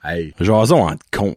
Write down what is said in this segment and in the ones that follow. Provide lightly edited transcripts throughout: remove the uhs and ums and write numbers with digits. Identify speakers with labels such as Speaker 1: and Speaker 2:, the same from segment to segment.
Speaker 1: Hey, jason en con.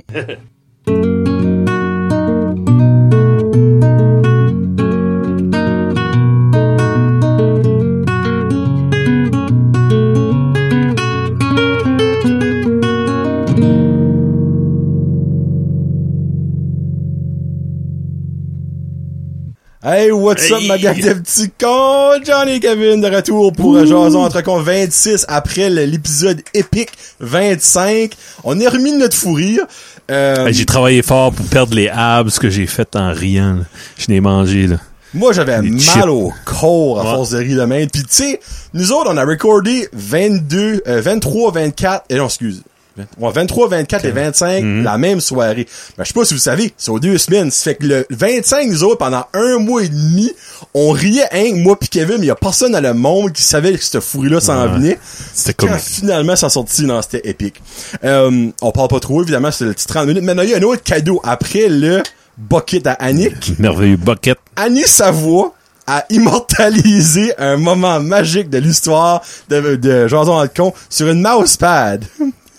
Speaker 1: Hey, what's up, ma gang de petits cons? Johnny et Kevin de retour pour Jason entre cons 26 après l'épisode épique 25. On est remis de notre fou rire.
Speaker 2: J'ai travaillé fort pour perdre les abs que j'ai fait en riant. Là. Je l'ai mangé, là.
Speaker 1: Moi, j'avais mal au corps à force de rire de même. Puis tu sais, nous autres, on a recordé 23, 24, et non, excuse. 23, 24 et 25, la même soirée. Ben, je sais pas si vous savez, c'est aux 2 semaines. Ça fait que le 25, nous autres, pendant 1 mois et demi, on riait, moi pis Kevin, mais il y a personne dans le monde qui savait que cette fourrie-là s'en venait.
Speaker 2: C'était comme...
Speaker 1: Quand finalement, ça sortit, non, c'était épique. On parle pas trop, évidemment, c'est le petit 30 minutes. Maintenant, il y a un autre cadeau après le bucket à Annick.
Speaker 2: Merveilleux bucket.
Speaker 1: Annie Savoie a immortalisé un moment magique de l'histoire de Jason Alcon sur une mousepad.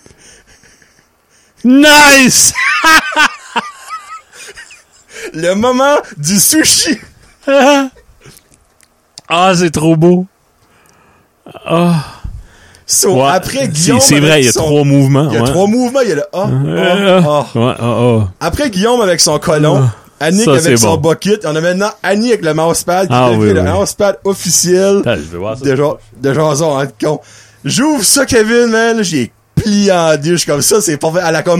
Speaker 2: Nice!
Speaker 1: Le moment du sushi.
Speaker 2: Ah, c'est trop beau. Ah.
Speaker 1: So,
Speaker 2: Ouais,
Speaker 1: après Guillaume...
Speaker 2: C'est vrai, il y a 3 mouvements.
Speaker 1: Il y a 3 mouvements, il y a le Après Guillaume avec son colon, Annick
Speaker 2: ça,
Speaker 1: avec son
Speaker 2: bon.
Speaker 1: bucket, on a maintenant Annie avec le mousepad qui devient le mousepad officiel
Speaker 2: je vais voir ça.
Speaker 1: de Jason Alcon. J'ouvre ça, Kevin, man, j'ai plié en deux, comme ça, c'est parfait. Elle a comme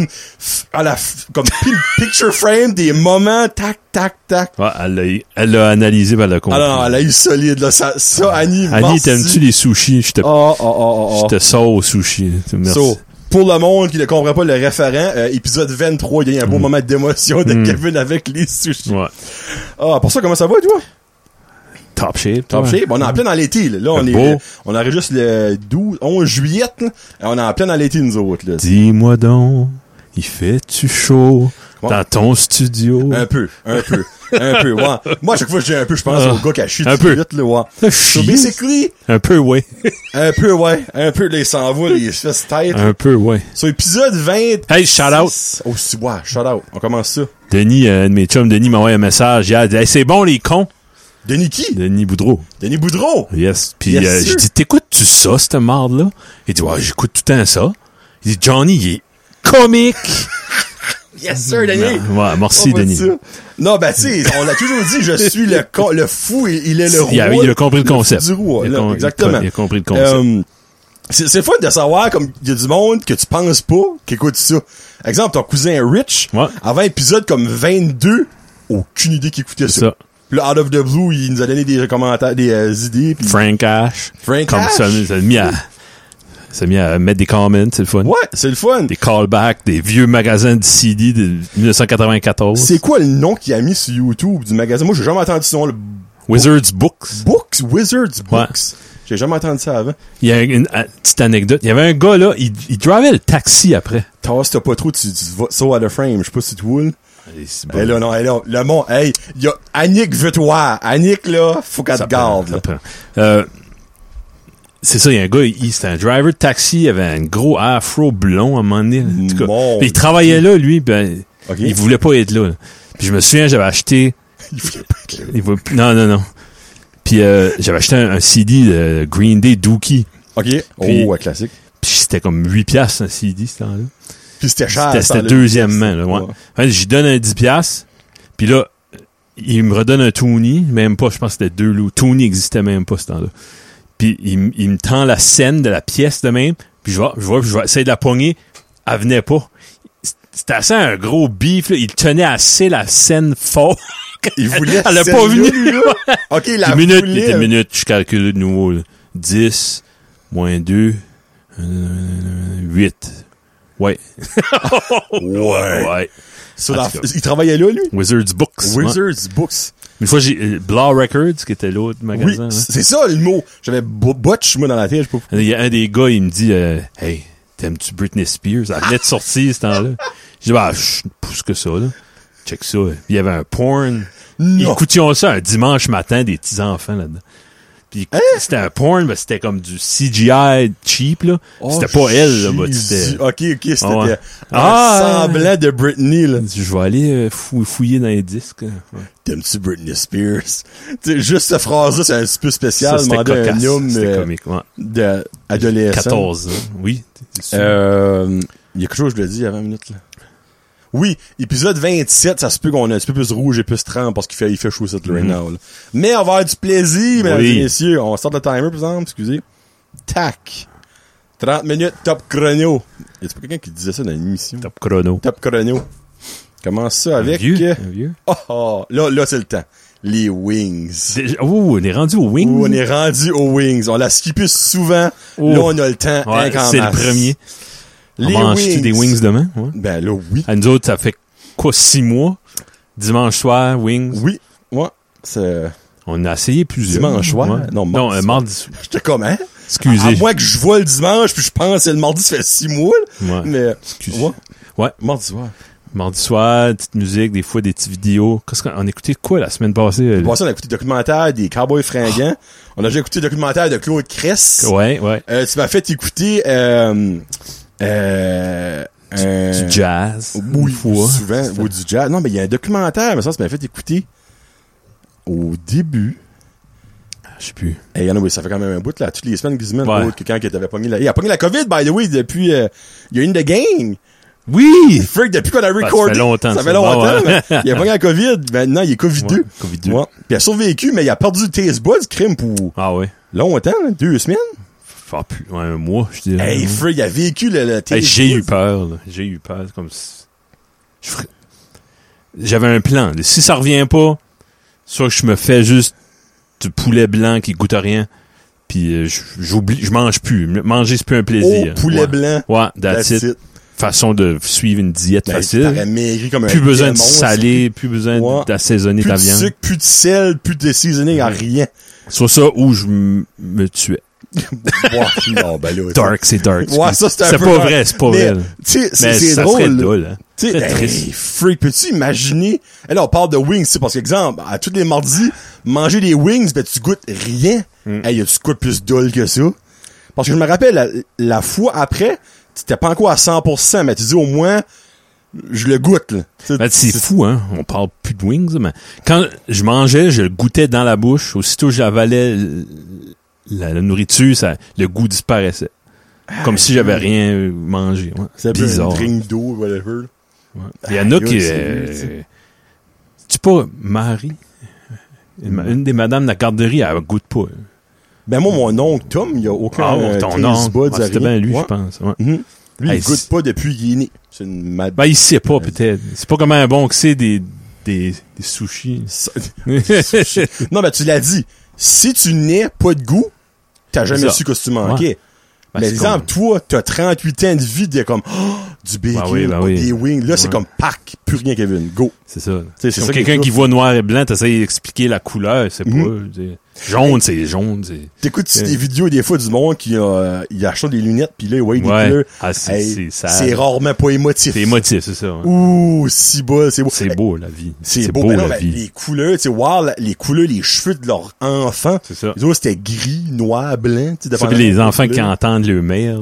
Speaker 1: picture frame des moments, tac, tac, tac.
Speaker 2: Ouais, elle l'a analysé, elle l'a compris.
Speaker 1: Ah non, elle a eu solide, là. Ça, Annie,
Speaker 2: Annie, t'aimes-tu les sushis? Je te sors aux sushis. Merci.
Speaker 1: So, pour le monde qui ne comprend pas le référent, épisode 23, il y a eu un beau moment d'émotion de Kevin avec les sushis.
Speaker 2: Ouais.
Speaker 1: Ah, pour ça, comment ça va, toi?
Speaker 2: Top shape.
Speaker 1: Top shape. On est en plein dans l'été, là. Là, on enregistre le 11 juillet, là. On est en plein dans l'été, nous autres, là.
Speaker 2: Dis-moi donc, il fait-tu chaud dans ton studio?
Speaker 1: Un peu, ouais. Moi, à chaque fois que je dis un peu, je pense au gars qui a chuté
Speaker 2: un peu.
Speaker 1: Vite, là, ouais. So, basically,
Speaker 2: un peu, ouais.
Speaker 1: un peu, là, il s'en va, il se fait sa tête.
Speaker 2: Un peu, ouais.
Speaker 1: Sur épisode 20.
Speaker 2: Hey, shout out.
Speaker 1: Oh, c'est, ouais, shout out. On commence ça.
Speaker 2: Denis, un de mes chums, Denis m'a envoyé un message. Il a dit, hey, c'est bon, les cons.
Speaker 1: Denis qui?
Speaker 2: Denis Boudreau.
Speaker 1: Denis Boudreau?
Speaker 2: Yes. Puis j'ai dit, t'écoutes-tu ça, cette marde-là? Il dit, ouais, j'écoute tout le temps ça. Il dit, Johnny, il est comique.
Speaker 1: Yes, sir, Denis.
Speaker 2: Ouais, merci, Denis.
Speaker 1: Non, ben, tu sais, on l'a toujours dit, je suis le fou, il est le roi.
Speaker 2: Il a compris le concept.
Speaker 1: Du roi, là, exactement.
Speaker 2: Il a compris le concept.
Speaker 1: C'est fun de savoir, comme, il y a du monde que tu penses pas qui écoute ça. Exemple, ton cousin Rich, avant épisode comme 22, aucune idée qu'il écoutait ça. Puis là, out of the blue, il nous a donné des commentaires, des idées. Puis...
Speaker 2: Frank Ash. Ça a mis à mettre des comments, c'est le fun.
Speaker 1: Ouais, c'est le fun.
Speaker 2: Des callbacks, des vieux magasins de CD de 1994.
Speaker 1: C'est quoi le nom qu'il a mis sur YouTube du magasin? Moi, j'ai jamais entendu ce nom.
Speaker 2: Wizards Books.
Speaker 1: Wizards Books. Ouais. J'ai jamais entendu ça avant.
Speaker 2: Il y a une petite anecdote. Il y avait un gars, là, il drivait le taxi après.
Speaker 1: T'as pas trop, tu vas so out of frame. Je sais pas si tu vois.
Speaker 2: Bon.
Speaker 1: Là, non, le monde, il y a Annick veut te voir. Annick, là, faut qu'elle te garde, là.
Speaker 2: C'est ça, il y a un gars, c'était un driver de taxi, il avait un gros afro blond à un moment donné. En tout cas. Il travaillait là, lui, ben, il voulait pas être là. Puis je me souviens, j'avais acheté...
Speaker 1: Il voulait pas être là.
Speaker 2: Non. Puis j'avais acheté un CD de Green Day Dookie.
Speaker 1: OK.
Speaker 2: Puis,
Speaker 1: ouais, classique.
Speaker 2: Puis c'était comme 8$ un CD, ce temps-là.
Speaker 1: Puis c'était cher.
Speaker 2: C'était deuxièmement, là, ouais. Enfin, j'y donne un 10$. Puis là, il me redonne un Toonie. Même pas, je pense que c'était 2 loups. Toonie existait même pas, ce temps-là. Puis il me tend la scène de la pièce de même. Puis je vais essayer de la pogner. Elle venait pas. C'était assez un gros beef, là. Il tenait assez la scène fort.
Speaker 1: Il voulait
Speaker 2: elle a pas venu, là.
Speaker 1: OK, la
Speaker 2: minute, je calcule de nouveau, là. 10, moins 2, 8. Ouais.
Speaker 1: Ouais. Il travaillait là, lui?
Speaker 2: Wizards Books.
Speaker 1: Books.
Speaker 2: Une fois, j'ai Blah Records, qui était l'autre magasin.
Speaker 1: Oui, c'est ça, le mot. J'avais Butch, moi, dans la tête. Je sais pas.
Speaker 2: Il y a un des gars, il me dit, hey, t'aimes-tu Britney Spears? Elle venait de sortir, ce temps-là. Je dis, je pousse que ça, là. Check ça. Il y avait un porn.
Speaker 1: Non.
Speaker 2: Écoutions ça un dimanche matin, des petits enfants là-dedans. Puis c'était un porn, mais c'était comme du CGI cheap, là. C'était pas elle, là, mais c'était...
Speaker 1: OK, c'était un semblant de Britney, là.
Speaker 2: Je vais aller fouiller dans les disques. Ouais.
Speaker 1: T'aimes-tu Britney Spears? T'sais, juste cette phrase-là, c'est un petit peu spécial.
Speaker 2: C'était cocasse. C'était comique, ouais.
Speaker 1: D'adolescent.
Speaker 2: 14 ans, oui.
Speaker 1: Il y a quelque chose que je l'ai dit avant une minute, là. Oui, épisode 27, ça se peut qu'on a un petit peu plus rouge et plus trempe parce qu'il fait chaud ça, right now, là. Mais on va avoir du plaisir, mesdames et messieurs. On sort le timer, par exemple, excusez. Tac. 30 minutes, top chrono. Y a-t-il pas quelqu'un qui disait ça dans l'émission?
Speaker 2: Top chrono.
Speaker 1: Top chrono. Commence ça avec...
Speaker 2: Un vieux.
Speaker 1: Là, c'est le temps. Les Wings.
Speaker 2: On est rendu aux Wings?
Speaker 1: On est rendu aux Wings. On l'a skippé souvent. Là, on a le temps.
Speaker 2: Ouais, c'est le premier.
Speaker 1: Les
Speaker 2: Manges-tu des wings demain? Ouais.
Speaker 1: Ben là, oui.
Speaker 2: À nous autres, ça fait quoi, 6 mois? Dimanche soir, wings?
Speaker 1: Oui. Ouais.
Speaker 2: On a essayé plusieurs.
Speaker 1: Dimanche soir?
Speaker 2: Ouais.
Speaker 1: Non,
Speaker 2: mardi soir.
Speaker 1: J'étais comme, hein?
Speaker 2: Excusez.
Speaker 1: À moins que je vois le dimanche, puis je pense que c'est le mardi, ça fait 6 mois, là.
Speaker 2: Ouais.
Speaker 1: Mais,
Speaker 2: excusez.
Speaker 1: Ouais. Mardi soir.
Speaker 2: Mardi soir, petite musique, des fois des petites vidéos. Qu'est-ce qu'on a écouté quoi la semaine passée?
Speaker 1: On a écouté le documentaire des Cowboys fringants. On a déjà écouté le documentaire de Claude Cress.
Speaker 2: Ouais.
Speaker 1: Tu m'as fait écouter,
Speaker 2: du jazz.
Speaker 1: Oui, souvent. Ou du jazz. Non, mais il y a un documentaire, mais ça m'a fait écouter au début.
Speaker 2: Je sais plus.
Speaker 1: Oui, ça fait quand même un bout, là. Toutes les semaines, Guzman, quelqu'un qui avait pogné il a pogné la COVID, by the way, depuis, il y a une de gang.
Speaker 2: Oui!
Speaker 1: Freak, depuis qu'on a recordé.
Speaker 2: Ça fait longtemps.
Speaker 1: Mais il a pogné la COVID. Maintenant, il est COVID-2.
Speaker 2: Ouais, COVID-2.
Speaker 1: Ouais. Puis il a survécu, mais il a perdu le taste buds, crime, pour longtemps, 2 semaines.
Speaker 2: Enfin, plus, un mois, je dirais.
Speaker 1: Hey, Freak, il a vécu le taste buds.
Speaker 2: J'ai eu peur, là. Comme j'avais un plan. Si ça revient pas, soit que je me fais juste du poulet blanc qui goûte à rien, puis je mange plus. Manger, c'est plus un plaisir.
Speaker 1: Poulet blanc.
Speaker 2: Ouais, that's it. Façon de suivre une diète facile.
Speaker 1: Comme
Speaker 2: plus besoin de saler, plus besoin d'assaisonner ta viande.
Speaker 1: Plus de sucre, plus de sel, plus de seasoning, rien.
Speaker 2: Soit ça ou je me tuais.
Speaker 1: Non, ben là,
Speaker 2: dark, c'est dark.
Speaker 1: Ouais, ça, c'est
Speaker 2: pas vrai, c'est pas vrai.
Speaker 1: Mais c'est
Speaker 2: ça
Speaker 1: drôle.
Speaker 2: Serait drôle, hein.
Speaker 1: Hey, freak, peux-tu imaginer? Et là, on parle de wings, c'est parce qu'exemple, à tous les mardis, manger des wings, ben, tu goûtes rien. Hey, tu goûtes plus d'ol que ça? Parce que je me rappelle, la fois après, t'étais pas encore à 100%, mais tu dis au moins, je le goûte, là.
Speaker 2: Ben, c'est fou, hein. On parle plus de wings, mais quand je mangeais, je le goûtais dans la bouche. Aussitôt j'avalais la nourriture, le goût disparaissait. Comme si j'avais rien mangé. Ouais.
Speaker 1: C'est
Speaker 2: bizarre.
Speaker 1: Un drink d'eau, whatever.
Speaker 2: Ouais. Il y en a qui... Tu pas Marie? Une des madames de la garderie, elle goûte pas.
Speaker 1: Ben moi, mon oncle Tom, il y a aucun
Speaker 2: ton oncle. C'était bien lui, je pense. Ouais.
Speaker 1: Mm-hmm. Lui, il goûte pas depuis qu'il est né. C'est une
Speaker 2: il sait pas, peut-être. C'est pas comment un bon que c'est des sushis.
Speaker 1: Non, ben tu l'as dit. Si tu n'es pas de goût, t'as jamais su que tu manquais. Ouais. Mais exemple, toi, t'as 38 ans de vie, t'es comme, du bacon, des wings. Là, c'est comme, pack, plus rien, Kevin. Go.
Speaker 2: C'est ça. C'est ça quelqu'un qui voit noir et blanc, t'essayes d'expliquer la couleur, c'est pas, jaune, c'est jaune,
Speaker 1: T'écoutes des vidéos, des fois, du monde qui, il achète des lunettes, pis là, des couleurs. C'est rarement pas émotif.
Speaker 2: C'est émotif, c'est ça.
Speaker 1: Ouh, si beau, c'est beau.
Speaker 2: C'est beau, la vie.
Speaker 1: C'est beau, la vie. Les couleurs, tu sais, voir les couleurs, les cheveux de leurs enfants.
Speaker 2: C'est ça.
Speaker 1: Les autres, c'était gris, noir, blanc, tu sais.
Speaker 2: Ça, les enfants qui entendent le maire,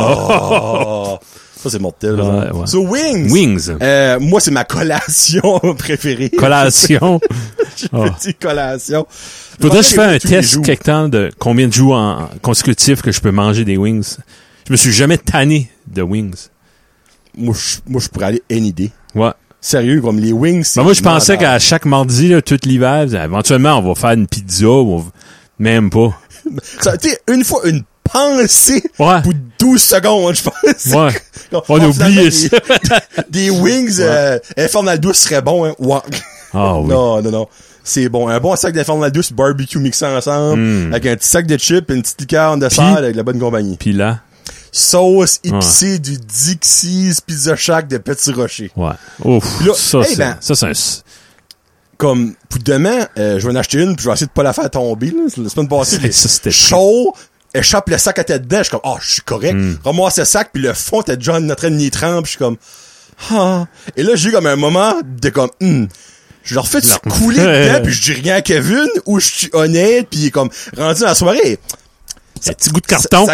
Speaker 1: là. Ça, c'est mortel.
Speaker 2: Ouais.
Speaker 1: So, Wings.
Speaker 2: Wings.
Speaker 1: Moi, c'est ma collation préférée.
Speaker 2: Collation.
Speaker 1: Petite collation.
Speaker 2: Faudrait que je fasse un test quelque temps de combien de jours en consécutif que je peux manger des wings. Je me suis jamais tanné de wings.
Speaker 1: Moi, je pourrais aller any day.
Speaker 2: Ouais.
Speaker 1: Sérieux, comme les wings, c'est...
Speaker 2: moi, je pensais qu'à chaque mardi, là, tout l'hiver, éventuellement, on va faire une pizza, même pas.
Speaker 1: Tu sais, une fois, une pensée pour 12 secondes, je pense.
Speaker 2: Ouais. On a oublié ça.
Speaker 1: Des wings, Infernal douce serait bon, hein. Ouais.
Speaker 2: Ah oui.
Speaker 1: Non. C'est bon. Un bon sac d'Infernal douce, barbecue mixé ensemble, avec un petit sac de chips, une petite liqueur en dessert, avec la bonne compagnie.
Speaker 2: Puis là?
Speaker 1: Sauce épicée du Dixie's Pizza Shack de Petit Rocher.
Speaker 2: Ouais. Ouf. Là, ça, c'est un...
Speaker 1: Comme, pour demain, je vais en acheter une, puis je vais essayer de pas la faire tomber, là. La semaine passée,
Speaker 2: c'était
Speaker 1: chaud, échappe le sac à tête dedans, je suis comme, je suis correct. Ramasse le sac, puis le fond, t'es déjà en train de nier trempe, je suis comme, Et là, j'ai eu comme un moment de comme, Je leur fais couler dedans, puis je dis rien à Kevin, ou je suis honnête, puis il est comme, rendu dans la soirée.
Speaker 2: Un petit goût de carton.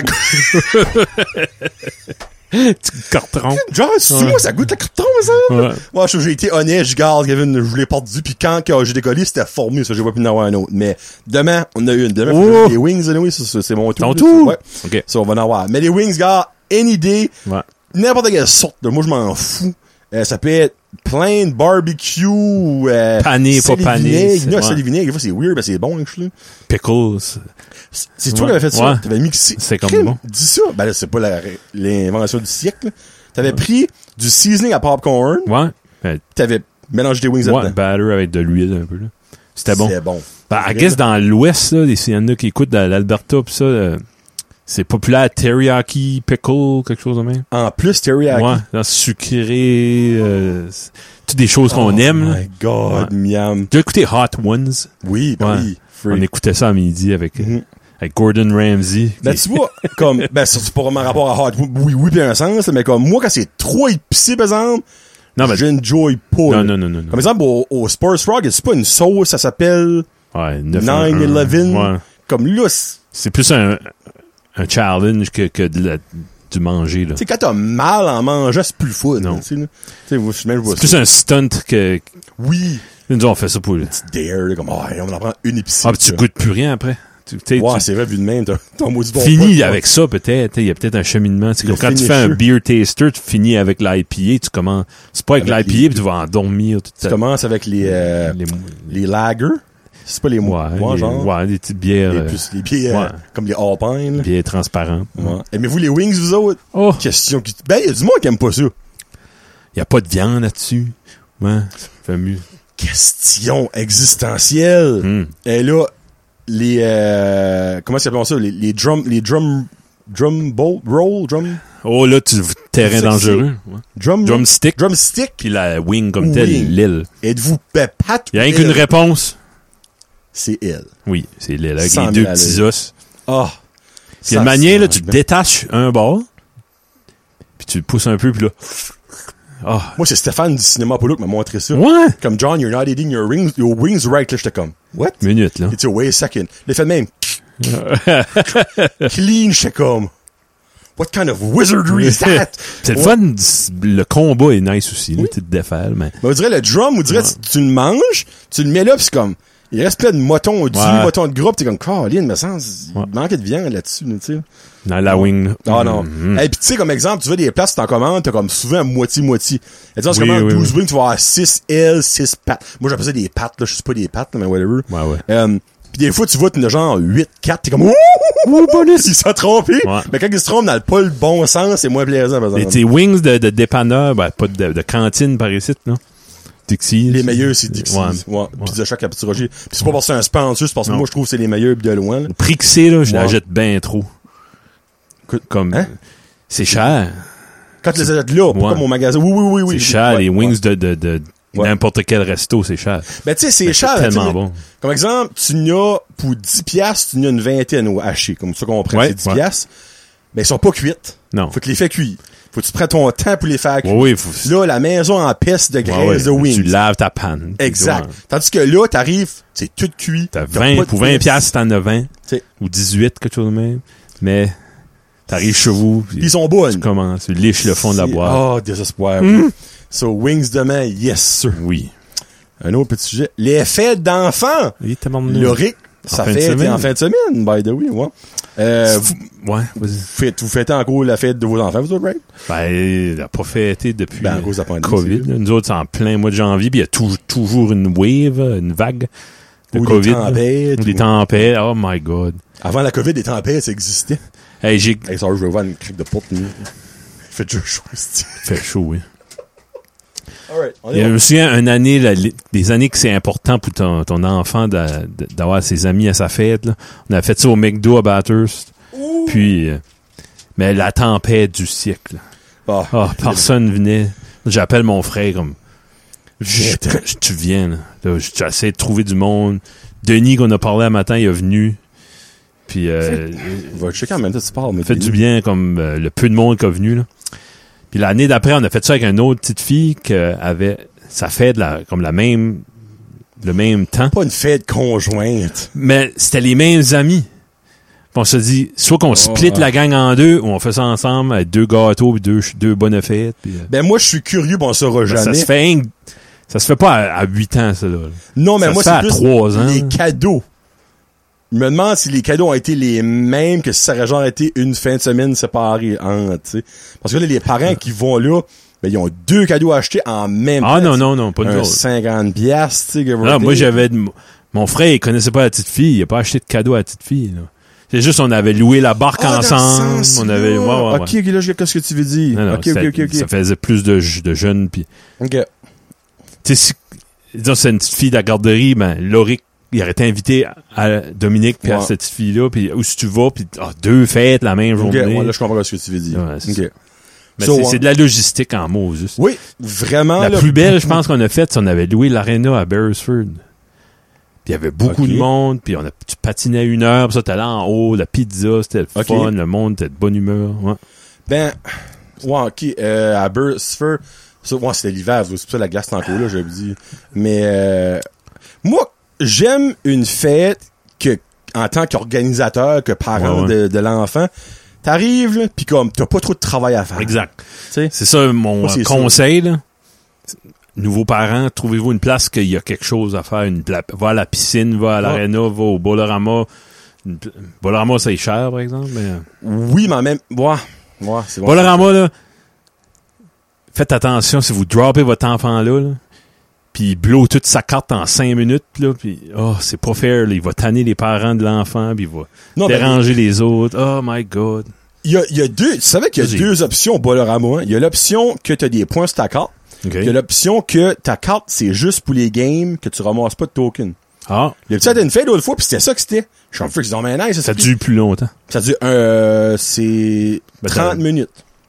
Speaker 2: Petit carton.
Speaker 1: Genre, c'est moi, ça goûte le carton, ça. Ouais. Moi, j'ai été honnête, je garde, Kevin, je voulais pas du, puis quand j'ai décollé, c'était formé, ça, j'ai pas pu en avoir un autre. Mais demain, on a une. Demain, les wings, anyway, c'est mon tour.
Speaker 2: Ton tour?
Speaker 1: Ouais.
Speaker 2: OK.
Speaker 1: Ça, on va en avoir. Mais les wings, gars, any day,
Speaker 2: ouais.
Speaker 1: N'importe quelle sorte, moi, je m'en fous. Ça peut être plain barbecue,
Speaker 2: pané, pas pané.
Speaker 1: Non, c'est des vinaigres, c'est weird, mais c'est bon, là.
Speaker 2: Pickles.
Speaker 1: C'est toi qui avais fait ça.
Speaker 2: Ouais.
Speaker 1: T'avais mixé.
Speaker 2: C'est comme bon.
Speaker 1: Dis ça. Ben là, c'est pas l'invention du siècle, là. T'avais pris du seasoning à popcorn.
Speaker 2: Ouais.
Speaker 1: T'avais mélangé des wings là-dedans.
Speaker 2: Ouais, batter avec de l'huile un peu, là. C'était bon.
Speaker 1: C'est bon.
Speaker 2: Ben, I guess dans l'Ouest, là, il y en a qui écoutent dans l'Alberta pis ça, c'est populaire teriyaki, pickle, quelque chose de même.
Speaker 1: En plus, teriyaki.
Speaker 2: Ouais, dans sucré, toutes des choses qu'on aime.
Speaker 1: Oh my God, miam.
Speaker 2: Tu as écouté Hot Ones?
Speaker 1: Oui, ben oui.
Speaker 2: Free. On écoutait ça à midi avec Gordon Ramsay.
Speaker 1: Ben, tu vois, comme, ben, c'est pas vraiment rapport à Hot, oui, puis un sens, mais comme, moi, quand c'est trop épicé, par exemple,
Speaker 2: non, ben,
Speaker 1: j'enjoy pas.
Speaker 2: Non.
Speaker 1: Comme exemple, au Sports Rock, c'est pas une sauce, ça s'appelle 9-11.
Speaker 2: Ouais.
Speaker 1: Comme là,
Speaker 2: c'est plus un challenge que du manger, là.
Speaker 1: Tu sais, quand t'as mal en mangeant, c'est plus le fun.
Speaker 2: Non.
Speaker 1: Tu sais, c'est
Speaker 2: plus un stunt que...
Speaker 1: Oui.
Speaker 2: Nous, on fait ça pour...
Speaker 1: Un petit dare, là, comme, on en prend une épicée.
Speaker 2: Ah, pis tu goûtes plus rien après.
Speaker 1: C'est vrai, vu de même, ton maudit bon
Speaker 2: finis
Speaker 1: pote,
Speaker 2: avec ça, peut-être. Il y a peut-être un cheminement. Comme quand tu fais un beer taster, tu finis avec l'IPA, tu commences... C'est pas avec l'IPA, puis tu vas endormir toute
Speaker 1: Tu commences avec les lagers. C'est pas les mots.
Speaker 2: Ouais,
Speaker 1: genre.
Speaker 2: Ouais, des petites bières.
Speaker 1: Les bières, comme les Alpine.
Speaker 2: Les bières transparentes.
Speaker 1: Ouais. Aimez-vous les wings, vous autres?
Speaker 2: Oh!
Speaker 1: Question qui... Ben, il y a du monde qui aime pas ça.
Speaker 2: Il y a pas de viande là-dessus. Ouais, ça fait mieux.
Speaker 1: Question existentielle. Et là, comment s'appelle ça? Les drum roll?
Speaker 2: Oh, là, terrain dangereux. Ouais. Drumstick. Puis la wing comme telle, l'île.
Speaker 1: Êtes-vous Pat?
Speaker 2: Il y a rien qu'une réponse.
Speaker 1: C'est elle.
Speaker 2: Oui, c'est l'île, avec les deux petits os.
Speaker 1: Ah.
Speaker 2: Puis une manière, là, tu détaches un bord, puis tu le pousses un peu, puis là... Oh.
Speaker 1: Moi, c'est Stéphane du Cinéma Apollo qui m'a montré ça.
Speaker 2: Ouais.
Speaker 1: Comme John, you're not eating your wings right. Là, j'étais comme, what?
Speaker 2: Minute, là.
Speaker 1: Et tu sais, wait a second. Les fait de même. Clean, j'étais comme, what kind of wizardry is that?
Speaker 2: C'est le fun, le combat est nice aussi, là, tu te défales, mais...
Speaker 1: on dirait le drum, on dirait tu le manges, tu le mets là, pis c'est comme, il reste plein de motons au-dessus, motons de groupe, t'es comme, Caroline, me semble, il manquait de viande là-dessus, tu sais.
Speaker 2: Dans la wing.
Speaker 1: Ah non. Et puis tu sais, comme exemple, tu vois des places, t'en commandes, t'as comme souvent moitié-moitié. Et tu sais, commandes 12 wings, tu vas avoir 6 ailes, 6 pattes. Moi, j'appelle ça des pattes, là, je sais pas des pattes, mais whatever.
Speaker 2: Ouais.
Speaker 1: Pis des fois, tu vois, t'en as genre 8, 4, t'es comme, ouh, bonus! Il s'est trompé. Ouais. Mais quand il se trompe dans pas le bon sens, c'est moins plaisant, par exemple.
Speaker 2: Et tes wings de dépanneur, ben, pas de cantine par ici, non? Dixie.
Speaker 1: Les meilleurs, c'est Dixie. Ouais. Pizza Shack à Petit Roger. Pis c'est pas parce que c'est un sponsor, c'est parce que moi, je trouve que c'est les meilleurs de loin, là.
Speaker 2: Le prix que c'est, là, je l'achète bien trop. Comme, c'est cher.
Speaker 1: Quand tu les achètes là, pas comme au magasin. Oui.
Speaker 2: C'est cher, les wings de n'importe quel resto, c'est cher.
Speaker 1: Ben, tu sais, c'est cher.
Speaker 2: C'est tellement bon.
Speaker 1: Comme exemple, tu n'as, pour 10 piastres, tu n'as une vingtaine au haché. Comme ça qu'on prend, c'est 10 piastres. Mais ils sont pas cuites.
Speaker 2: Non.
Speaker 1: Faut que les fais cuire. Faut que tu prennes ton temps pour les faire cuire.
Speaker 2: Oui,
Speaker 1: là, la maison en peste de graisse de wings.
Speaker 2: Tu laves ta panne.
Speaker 1: Exact. Tandis que là, t'arrives, c'est tout cuit.
Speaker 2: T'as 20, pour 20 piastres, t'en as 20.
Speaker 1: T'sais.
Speaker 2: Ou 18, quelque chose de même. Mais, t'arrives chez vous.
Speaker 1: Ils sont bonnes.
Speaker 2: Tu commences. Tu liches le fond de la boîte.
Speaker 1: Oh, désespoir. So, wings demain, yes, sir.
Speaker 2: Oui.
Speaker 1: Un autre petit sujet. Les fêtes d'enfants. Loric, ça fait en fin de semaine, by the way, ouais. Vous fêtez en gros la fête de vos enfants, vous autres, right?
Speaker 2: Ben, il n'a pas fêté depuis
Speaker 1: à cause de la pandémie,
Speaker 2: COVID. Nous autres, c'est en plein mois de janvier, puis il y a toujours une wave, une vague de COVID. Des tempêtes. Oh my God.
Speaker 1: Avant la COVID, des tempêtes, ça existait.
Speaker 2: Hey,
Speaker 1: ça, je vais voir une crique de porte. Il fait déjà chaud, c'est
Speaker 2: fait chaud, oui.
Speaker 1: Alright,
Speaker 2: il y a aussi des années que c'est important pour ton enfant d'avoir ses amis à sa fête. Là. On a fait ça au McDo à Bathurst. Puis, mais la tempête du siècle. Personne venait. J'appelle mon frère comme, tu viens. J'essaie de trouver du monde. Denis, qu'on a parlé un matin, il est venu. Puis,
Speaker 1: va checker en même temps, tu parles.
Speaker 2: Fait du bien, comme le peu de monde qui est venu, là. Puis l'année d'après, on a fait ça avec une autre petite fille qui avait sa fête comme la même le même temps.
Speaker 1: Pas une fête conjointe.
Speaker 2: Mais c'était les mêmes amis. Puis on se dit, soit qu'on split la gang en deux, ou on fait ça ensemble avec 2 gâteaux, puis deux bonnes fêtes. Puis,
Speaker 1: Ben, moi, je suis curieux, bon, on saura jamais.
Speaker 2: Ça se fait pas à 8 ans, ça, là.
Speaker 1: Non, mais
Speaker 2: ça
Speaker 1: moi,
Speaker 2: se fait à 3 ans.
Speaker 1: Les cadeaux. Je me demande si les cadeaux ont été les mêmes que si ça aurait genre été une fin de semaine séparée entre, tu sais. Parce que là, les parents qui vont là, ben, ils ont 2 cadeaux achetés en même temps.
Speaker 2: Ah, non, pas de autres.
Speaker 1: 50 piastres, tu sais.
Speaker 2: Non, moi, mon frère, il connaissait pas la petite fille. Il a pas acheté de cadeau à la petite fille, là. C'est juste, on avait loué la barque ensemble. On avait,
Speaker 1: Ok, là, qu'est-ce que tu veux dire?
Speaker 2: Non,
Speaker 1: ok.
Speaker 2: Ça faisait plus de jeunes, puis.
Speaker 1: Ok.
Speaker 2: Tu sais, disons, c'est une petite fille de la garderie, ben, Loric, il aurait été invité à Dominique puis à cette petite fille-là, puis où si tu vas, puis 2 fêtes la même journée.
Speaker 1: Ok, là, je comprends ce que tu veux dire.
Speaker 2: Ouais, c'est mais c'est de la logistique en mots, juste.
Speaker 1: Oui, vraiment.
Speaker 2: La plus belle, je pense, qu'on a faite, c'est qu'on avait loué l'aréna à Beresford. Puis il y avait beaucoup de monde, puis tu patinais 1 heure, puis ça, t'allais en haut, la pizza, c'était le fun, le monde était de bonne humeur. Ouais.
Speaker 1: Ben, ok, à Beresford, c'était l'hiver, c'est pour ça la glace est encore là, j'avais dit. Mais, moi, j'aime une fête que, en tant qu'organisateur, que parent de l'enfant, t'arrives, là, pis comme, t'as pas trop de travail à faire.
Speaker 2: Exact.
Speaker 1: T'sais?
Speaker 2: C'est ça mon conseil, là. Nouveaux parents, trouvez-vous une place qu'il y a quelque chose à faire. Va à la piscine, va à l'aréna, va au Bolorama. Bolorama, c'est cher, par exemple. Mais...
Speaker 1: Oui, mais même... c'est bon.
Speaker 2: Bolorama, là, faites attention si vous droppez votre enfant là puis il blow toute sa carte en 5 minutes, là, puis c'est pas fair, là, il va tanner les parents de l'enfant, puis il va déranger les autres. Oh my God.
Speaker 1: Il y a 2... Tu savais qu'il y a 2 options au Bolorama, hein? Il y a l'option que t'as des points sur ta carte.
Speaker 2: Okay.
Speaker 1: Il y a l'option que ta carte, c'est juste pour les games, que tu ramasses pas de token.
Speaker 2: Ah.
Speaker 1: Il y a peut-être une fête l'autre fois, puis c'était ça que c'était. Je suis en fait qu'ils ont maintenant.
Speaker 2: Ça dure plus longtemps.
Speaker 1: Ça dure, c'est 30 minutes.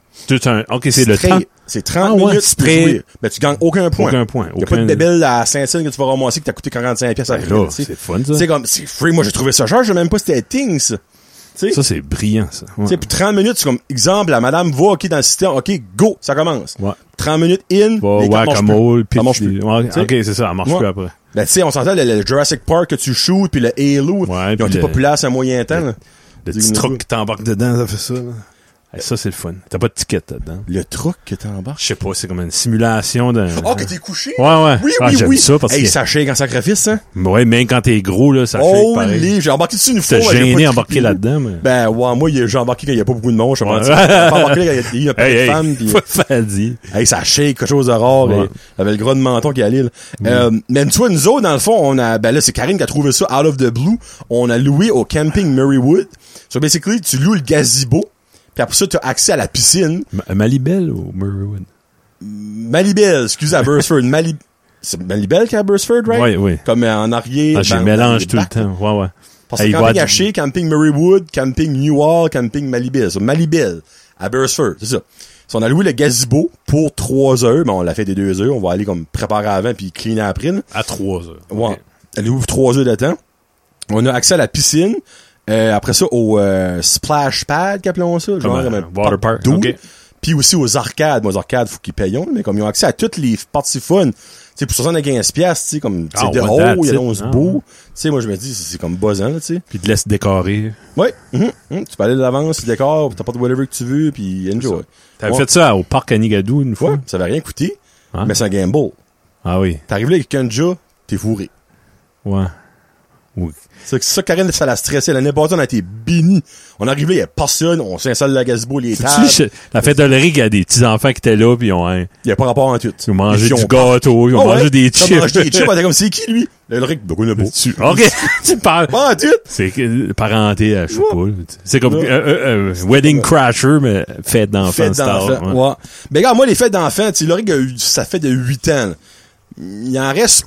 Speaker 2: OK, c'est le temps.
Speaker 1: C'est 30 minutes pour jouer. Ben, tu gagnes aucun point. Il y a pas de bébelle à Saint-Cyr que tu vas ramasser que t'as coûté 45 pièces à la fin.
Speaker 2: C'est fun, ça.
Speaker 1: C'est comme, c'est free. Moi, j'ai trouvé ça cher. Je sais même pas si c'était Things, ça. T'sais?
Speaker 2: Ça, c'est brillant, ça.
Speaker 1: Tu sais, puis 30 minutes, c'est comme, exemple, la madame va, OK, dans le système, OK, go, ça commence.
Speaker 2: Ouais.
Speaker 1: 30 minutes in,
Speaker 2: les cartes marchent plus. Ça marche plus. OK, c'est ça, ça marche plus après.
Speaker 1: Ben, tu sais, on s'entend, le Jurassic Park que tu shoots, puis le Halo, ils ont été populaires à un moyen temps, là.
Speaker 2: Le petit truc qui t'embarque dedans, ça fait ça, là. Hey, ça, c'est le fun. T'as pas de ticket là-dedans.
Speaker 1: Le truc que t'embarques?
Speaker 2: Je sais pas, c'est comme une simulation d'un...
Speaker 1: Oh, que t'es couché?
Speaker 2: Ouais.
Speaker 1: Oui.
Speaker 2: J'aime ça parce que...
Speaker 1: ça shake en sacrifice, hein?
Speaker 2: Ouais, même quand t'es gros, là, ça shake pareil.
Speaker 1: J'ai embarqué dessus une fois.
Speaker 2: T'as gêné embarquer là-dedans, mais...
Speaker 1: Ben, moi, j'ai embarqué quand il y a pas beaucoup de monde, je pense. J'ai pas embarqué quand il y a pas de femmes, pis... Hey, ça shake, quelque chose de rare, il avait le gros de menton qui allait, là. Mais tu vois, nous autres, dans le fond, on a, ben là, c'est Karine qui a trouvé ça out of the blue. On a loué au camping Murraywood. So, basically, tu loues le gazebo. Puis après ça, tu as accès à la piscine.
Speaker 2: Malibel ou Murraywood?
Speaker 1: Malibel, excusez, à Beresford. C'est Malibel qui est à Beresford, right?
Speaker 2: Oui.
Speaker 1: Comme en arrière.
Speaker 2: J'ai mélange tout le temps. Ouais.
Speaker 1: Parce que camping Haché, camping Murraywood, camping Newhall, camping Malibel. So, Malibel, à Beresford, c'est ça. So, on a loué le gazebo pour 3 heures. Bon, on l'a fait des 2 heures. On va aller comme préparer avant puis cleaner après. Là.
Speaker 2: À 3 heures.
Speaker 1: Ouais. Okay. Elle ouvre 3 heures de temps. On a accès à la piscine. Après ça, au splash pad, qu'appelons ça, genre un
Speaker 2: water park.
Speaker 1: Okay. Puis aussi aux arcades. Moi, aux arcades, faut qu'ils payent, mais comme ils ont accès à toutes les parties fun, tu sais, pour 75$, tu sais, comme, tu sais, dehors, il y a 11 beaux. Tu sais, moi, je me dis, c'est comme buzzant, là, tu sais.
Speaker 2: Puis te laisse décorer.
Speaker 1: Oui. Tu peux aller de l'avance, tu décores, t'apportes whatever que tu veux, puis enjoy.
Speaker 2: T'avais fait ça au parc Anigadou une fois?
Speaker 1: Ouais, ça avait rien coûté, mais c'est un gamble.
Speaker 2: Ah oui.
Speaker 1: T'arrives là avec un déjà, t'es fourré.
Speaker 2: Ouais. Oui.
Speaker 1: C'est ça, Karine, ça l'a stressé. L'année passée, on a été bénis. On arrivait, il y a personne, on s'installe la gazebo, les tables.
Speaker 2: La fête de l'Oric, il y a des petits-enfants qui étaient là, pis ils ont
Speaker 1: il y a pas rapport en tout.
Speaker 2: Ils ont mangé du gâteau, ils ont mangé des chips.
Speaker 1: Ils ont mangé des chips, on était comme, c'est qui, lui? L'Oric, beaucoup de beau.
Speaker 2: OK. Tu parles.
Speaker 1: Pas en tout.
Speaker 2: C'est parenté à Choupa. C'est comme, wedding crasher, mais fête d'enfants.
Speaker 1: Fête d'enfants, ouais. Mais regarde, moi, les fêtes d'enfants, tu sais, l'Oric, ça fait de 8 ans, là. Il en reste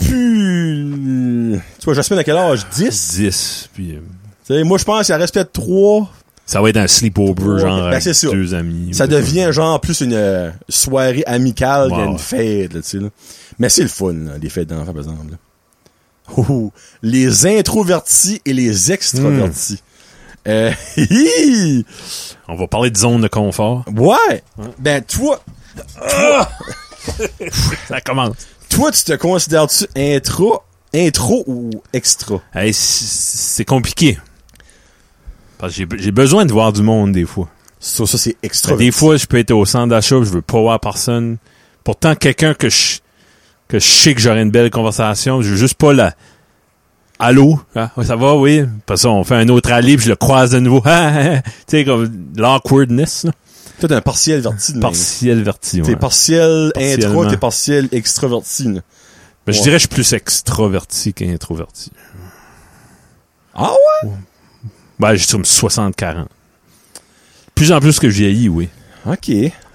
Speaker 1: plus... Tu vois, Jasmine, à quel âge? 10?
Speaker 2: 10, puis...
Speaker 1: Tu sais, moi, je pense qu'il en reste peut-être 3.
Speaker 2: Ça va être un sleepover, genre, avec
Speaker 1: ça.
Speaker 2: 2 amis.
Speaker 1: Ça devient, genre, plus une soirée amicale qu'une fête, là, tu sais, là. Mais c'est le fun, là, les fêtes d'enfants, par exemple, là. Les introvertis et les extravertis.
Speaker 2: On va parler de zone de confort.
Speaker 1: Ouais! Ben, toi...
Speaker 2: Ça commence.
Speaker 1: Toi, tu te considères-tu intro Intro ou extra?
Speaker 2: Hey, c'est compliqué. Parce que j'ai besoin de voir du monde, des fois.
Speaker 1: Ça c'est extra.
Speaker 2: Des fois, je peux être au centre d'achat, je veux pas voir personne. Pourtant, quelqu'un que je sais que j'aurai une belle conversation, je veux juste pas la... Allô? Ah, ça va, oui. Après ça, on fait un autre allée, puis je le croise de nouveau. Tu sais, comme l'awkwardness, là.
Speaker 1: Toi, t'es un partiel verti.
Speaker 2: Partiel verti, ouais.
Speaker 1: T'es partiel intro, t'es partiel extraverti, là.
Speaker 2: Ben, je dirais que je suis plus extraverti qu'introverti.
Speaker 1: Ah ouais?
Speaker 2: Ben, je suis comme 60-40. Plus en plus que je vieillis, oui.
Speaker 1: OK.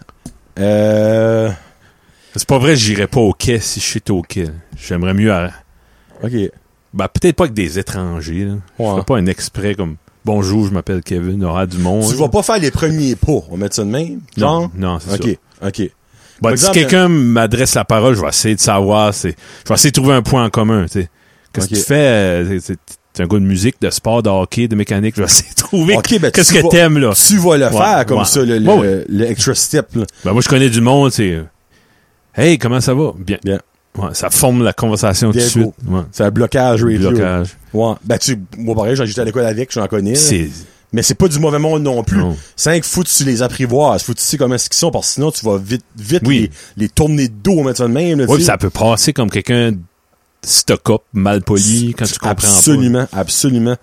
Speaker 2: C'est pas vrai que j'irais pas au quai si je suis au quai. J'aimerais mieux...
Speaker 1: OK.
Speaker 2: Ben, peut-être pas avec des étrangers, là. Je ferais pas un exprès comme... Bonjour, je m'appelle Kevin, aura du monde.
Speaker 1: Tu vas pas faire les premiers pas, on va mettre ça de même? Genre?
Speaker 2: Non, c'est ça.
Speaker 1: OK.
Speaker 2: Ben, si quelqu'un m'adresse la parole, je vais essayer de savoir, je vais essayer de trouver un point en commun, tu sais. Qu'est-ce que tu fais? T'es un gars de musique, de sport, de hockey, de mécanique, je vais essayer de trouver qu'est-ce que t'aimes, là.
Speaker 1: Tu vas le faire comme ça, le extra step, là.
Speaker 2: Ben, moi, je connais du monde, c'est hey, comment ça va? Bien. Ouais, ça forme la conversation tout de suite. Ouais.
Speaker 1: C'est un blocage radio.
Speaker 2: Blocage.
Speaker 1: Ouais. Ben, moi, pareil, j'étais à l'école avec, j'en connais. Mais c'est pas du mauvais monde non plus.
Speaker 2: Non.
Speaker 1: C'est faut que tu les apprivoises. Faut que tu sais comment ils sont, parce que sinon, tu vas vite les tourner de dos, mettre ça de même, là,
Speaker 2: ouais, ça peut passer comme quelqu'un stock-up, mal poli, quand tu comprends
Speaker 1: pas. Absolument.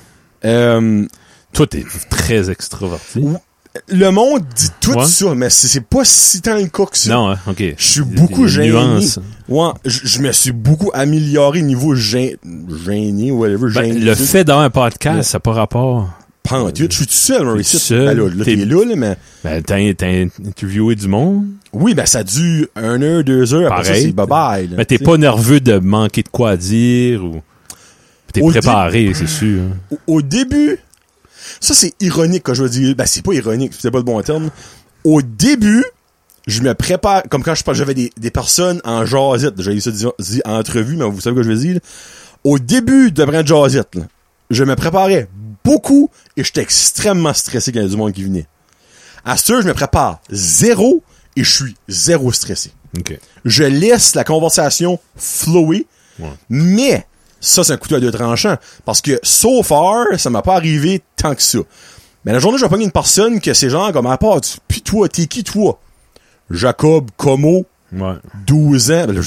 Speaker 2: Toi, t'es très extraverti.
Speaker 1: Le monde dit tout ça, mais c'est pas si tant le cas que ça.
Speaker 2: Non, OK.
Speaker 1: Je suis beaucoup gêné. Ouais, je me suis beaucoup amélioré niveau gêné, whatever, gêné.
Speaker 2: Le fait d'avoir un podcast, ça n'a pas rapport.
Speaker 1: Pas en tout. Je suis tout seul, Maurice. Là,
Speaker 2: t'es
Speaker 1: là, mais...
Speaker 2: Ben, t'as interviewé du monde?
Speaker 1: Oui, ben, ça dure 1 heure, 2 heures. Après ça, c'est bye-bye.
Speaker 2: Mais t'es pas nerveux de manquer de quoi dire ou... T'es préparé, c'est sûr.
Speaker 1: Au début... Ça, c'est ironique quand je veux dire. Ben, c'est pas ironique, c'est pas le bon terme. Au début, je me prépare, comme quand j'avais des personnes en jasette. J'avais ça dit en entrevue, mais vous savez quoi je veux dire. Au début de Brand Jasette, je me préparais beaucoup et j'étais extrêmement stressé quand il y a du monde qui venait. À ce je me prépare zéro et je suis zéro stressé.
Speaker 2: Okay.
Speaker 1: Je laisse la conversation flower, mais ça, c'est un couteau à deux tranchants. Parce que, so far, ça m'a pas arrivé tant que ça. Mais la journée, je vais pogner une personne que c'est genre comme, à part, puis toi, t'es qui, toi? Jacob Como, 12 ans, ben là,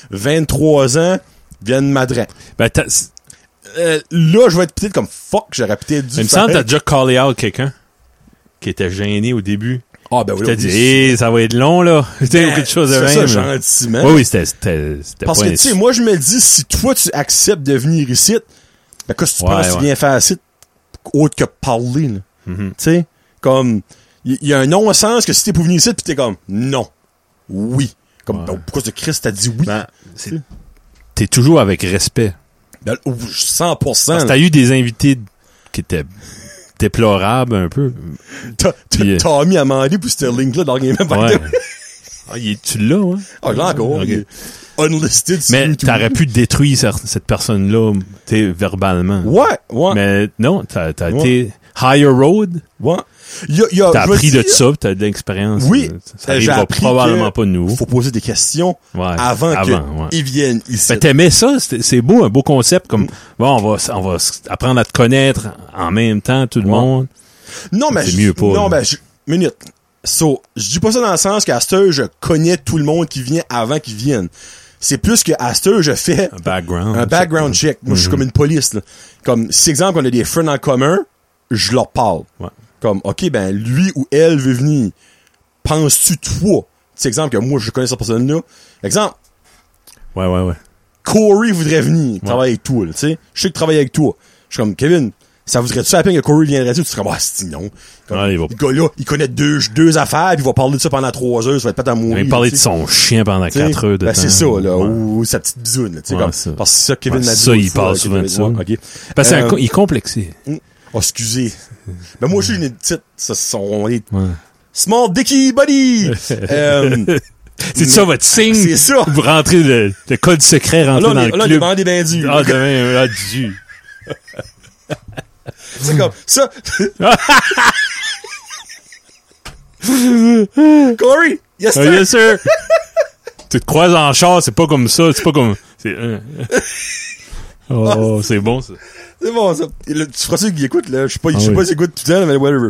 Speaker 1: 23 ans, viennent Madrin.
Speaker 2: Ben,
Speaker 1: là, je vais être peut-être comme, fuck, j'aurais peut-être dû.
Speaker 2: Il me semble que t'as déjà callé out quelqu'un qui était gêné au début.
Speaker 1: Ah, ben oui.
Speaker 2: T'as dit, ça va être long, là. C'était quelque chose de même.
Speaker 1: C'est ça, gentiment.
Speaker 2: Oui, c'était
Speaker 1: parce que, tu sais, moi, je me dis, si toi, tu acceptes de venir ici, ben, qu'est-ce que tu penses que tu viens faire ici, autre que parler, là? Tu sais, comme, il y a un non-sens que si t'es pour venir ici, pis t'es comme, non. Oui. Comme, pourquoi ce Christ t'a dit oui?
Speaker 2: Ben, t'es toujours avec respect.
Speaker 1: Ben, 100%.
Speaker 2: Parce que t'as eu des invités qui étaient déplorables un peu.
Speaker 1: T'as mis à mander pour ce link-là dans le game.
Speaker 2: Tu l'as, hein?
Speaker 1: Ah, là encore. Okay. Unlisted.
Speaker 2: Mais t'aurais pu détruire cette personne-là, verbalement.
Speaker 1: Ouais.
Speaker 2: Mais non, t'as été higher road.
Speaker 1: Ouais.
Speaker 2: T'as appris de ça, t'as de l'expérience.
Speaker 1: Oui.
Speaker 2: Ça arrivera probablement pas de nouveau.
Speaker 1: Faut poser des questions avant qu'ils viennent ici.
Speaker 2: Mais t'aimais ça, c'est beau, un beau concept comme, bon, on va apprendre à te connaître en même temps, tout le monde.
Speaker 1: Non, mais
Speaker 2: c'est mieux pas.
Speaker 1: Non, ben, minute. So, je dis pas ça dans le sens qu'à cette heure, je connais tout le monde qui vient avant qu'ils viennent. C'est plus que à cette heure, je fais
Speaker 2: un
Speaker 1: background check. Moi, je suis comme une police, là. Comme, si exemple, on a des friends en commun, je leur parle.
Speaker 2: Ouais.
Speaker 1: Comme, OK, ben, lui ou elle veut venir. Penses-tu, toi? C'est exemple que moi, je connais cette personne-là. Exemple.
Speaker 2: Ouais.
Speaker 1: Corey voudrait venir travailler avec toi, tu sais. Je sais que travailler avec toi. Je suis comme, Kevin, ça voudrait-tu à peine que Corey viendrait-tu? Tu serais comme, c'est non. Comme, le gars-là, il connaît deux affaires, puis il va parler de ça pendant 3 heures, ça va être pas à mourir.
Speaker 2: Il va parler de son chien pendant 4 heures de temps.
Speaker 1: C'est ça, là. Ou sa petite bisoune, tu sais, comme.
Speaker 2: Ça.
Speaker 1: Parce que c'est ça, Kevin m'a dit.
Speaker 2: Ça, il parle souvent de ça.
Speaker 1: OK.
Speaker 2: Parce qu'il est complexé.
Speaker 1: Oh, excusez. Ben, moi, je suis une petite, on est small dicky buddy!
Speaker 2: C'est ça votre signe?
Speaker 1: C'est ça!
Speaker 2: Vous rentrez le code secret, rentrez dans le club.
Speaker 1: Là, demain des bains durs.
Speaker 2: Ah, demain, du.
Speaker 1: C'est comme, ça. Corey! Yes, sir!
Speaker 2: Yes, sir! Tu te croises en char, c'est pas comme ça, c'est pas comme, Oh, c'est bon, ça.
Speaker 1: C'est bon, ça. Tu feras ça qui écoute, là. Je sais pas
Speaker 2: Ah
Speaker 1: s'il
Speaker 2: oui.
Speaker 1: écoute tout le temps, mais whatever.